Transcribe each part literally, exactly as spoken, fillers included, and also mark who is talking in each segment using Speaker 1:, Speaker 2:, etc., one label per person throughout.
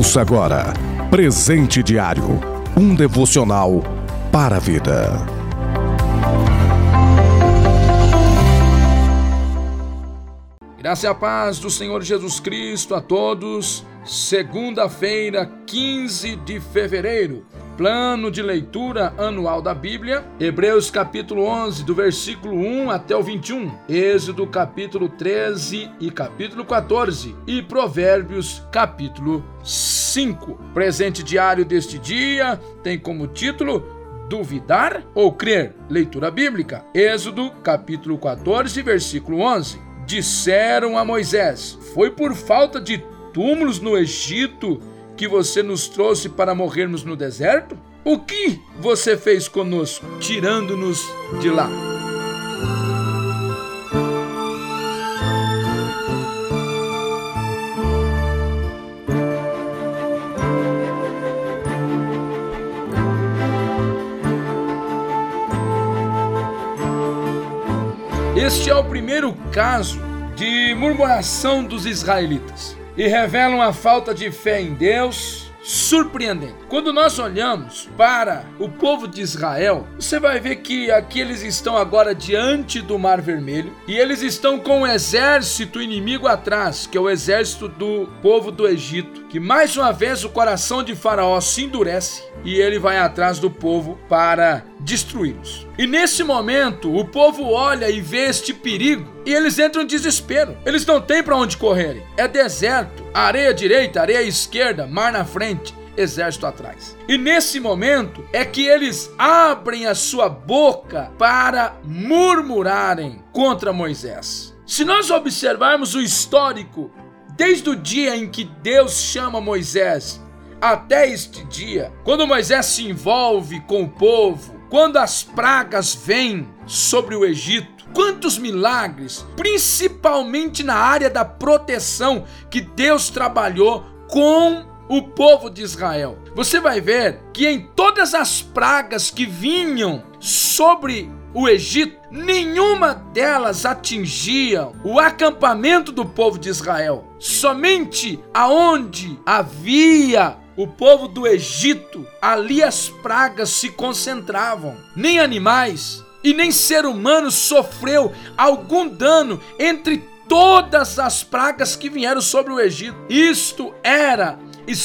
Speaker 1: Ouça agora Presente Diário, um devocional para a vida.
Speaker 2: Graça e a paz do Senhor Jesus Cristo a todos. Segunda-feira, quinze de fevereiro. Plano de leitura anual da Bíblia, Hebreus capítulo onze, do versículo um até o vinte e um, Êxodo capítulo treze e capítulo quatorze e Provérbios capítulo cinco. Presente diário deste dia tem como título Duvidar ou Crer? Leitura bíblica, Êxodo capítulo quatorze, versículo onze. Disseram a Moisés: foi por falta de túmulos no Egito que você nos trouxe para morrermos no deserto? O que você fez conosco, tirando-nos de lá? Este é o primeiro caso de murmuração dos israelitas e revelam a falta de fé em Deus surpreendente. Quando nós olhamos para o povo de Israel, você vai ver que aqui eles estão agora diante do Mar Vermelho e eles estão com um exército inimigo atrás, que é o exército do povo do Egito, que mais uma vez o coração de Faraó se endurece e ele vai atrás do povo para destruí-los. E nesse momento, o povo olha e vê este perigo e eles entram em desespero. Eles não têm para onde correrem. É deserto, areia à direita, areia à esquerda, mar na frente, exército atrás. E nesse momento é que eles abrem a sua boca para murmurarem contra Moisés. Se nós observarmos o histórico, desde o dia em que Deus chama Moisés até este dia, quando Moisés se envolve com o povo, quando as pragas vêm sobre o Egito, quantos milagres, principalmente na área da proteção, que Deus trabalhou com o povo de Israel. Você vai ver que em todas as pragas que vinham sobre o Egito, nenhuma delas atingia o acampamento do povo de Israel. Somente aonde havia o povo do Egito, ali as pragas se concentravam. Nem animais e nem ser humano sofreu algum dano entre todas as pragas que vieram sobre o Egito. Isto era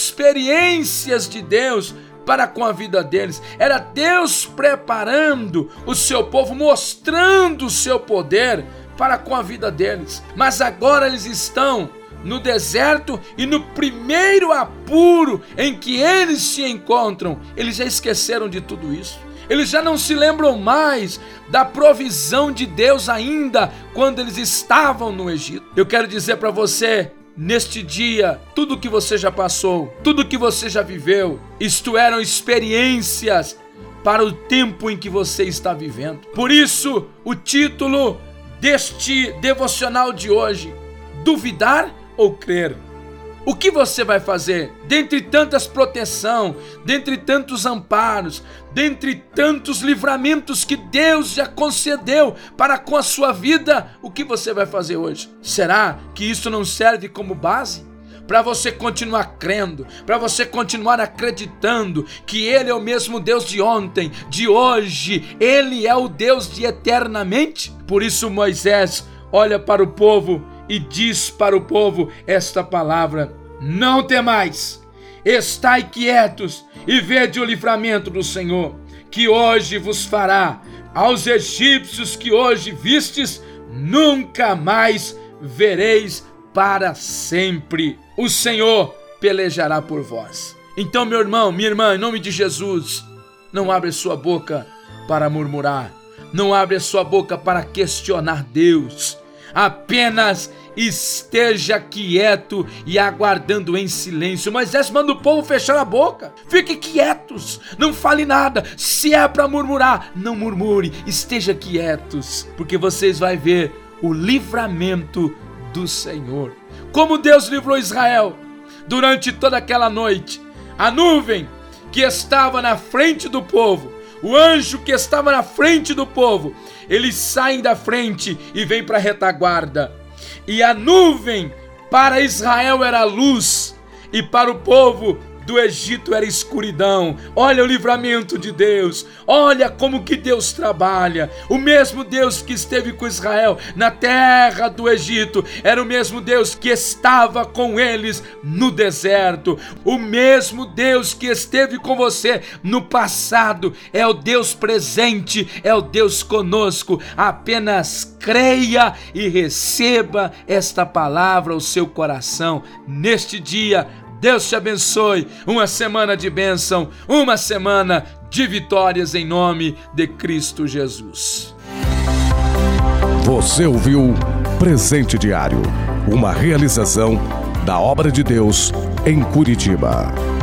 Speaker 2: experiências de Deus para com a vida deles. Era Deus preparando o seu povo, mostrando o seu poder para com a vida deles. Mas agora eles estão no deserto e no primeiro apuro em que eles se encontram, eles já esqueceram de tudo isso. Eles já não se lembram mais da provisão de Deus ainda quando eles estavam no Egito. Eu quero dizer para você, neste dia, tudo que você já passou, tudo que você já viveu, isto eram experiências para o tempo em que você está vivendo. Por isso, o título deste devocional de hoje: Duvidar ou Crer? O que você vai fazer? Dentre tantas proteção, dentre tantos amparos, dentre tantos livramentos que Deus já concedeu para com a sua vida, o que você vai fazer hoje? Será que isso não serve como base para você continuar crendo, para você continuar acreditando que Ele é o mesmo Deus de ontem, de hoje, Ele é o Deus de eternamente? Por isso Moisés olha para o povo e diz para o povo esta palavra: não temais, estai quietos e vede o livramento do Senhor, que hoje vos fará. Aos egípcios que hoje vistes, nunca mais vereis para sempre. O Senhor pelejará por vós. Então, meu irmão, minha irmã, em nome de Jesus, não abre sua boca para murmurar, não abre sua boca para questionar Deus. Apenas esteja quieto e aguardando em silêncio. Moisés manda o povo fechar a boca. Fiquem quietos, não fale nada. Se é para murmurar, não murmure, esteja quietos, porque vocês vão ver o livramento do Senhor. Como Deus livrou Israel durante toda aquela noite. A nuvem que estava na frente do povo, o anjo que estava na frente do povo, eles saem da frente e vêm para a retaguarda. E a nuvem para Israel era luz, e para o povo do Egito era escuridão. Olha o livramento de Deus, olha como que Deus trabalha. O mesmo Deus que esteve com Israel na terra do Egito era o mesmo Deus que estava com eles no deserto. O mesmo Deus que esteve com você no passado é o Deus presente, é o Deus conosco. Apenas creia e receba esta palavra ao seu coração neste dia. Deus te abençoe, uma semana de bênção, uma semana de vitórias em nome de Cristo Jesus.
Speaker 1: Você ouviu Presente Diário, uma realização da Obra de Deus em Curitiba.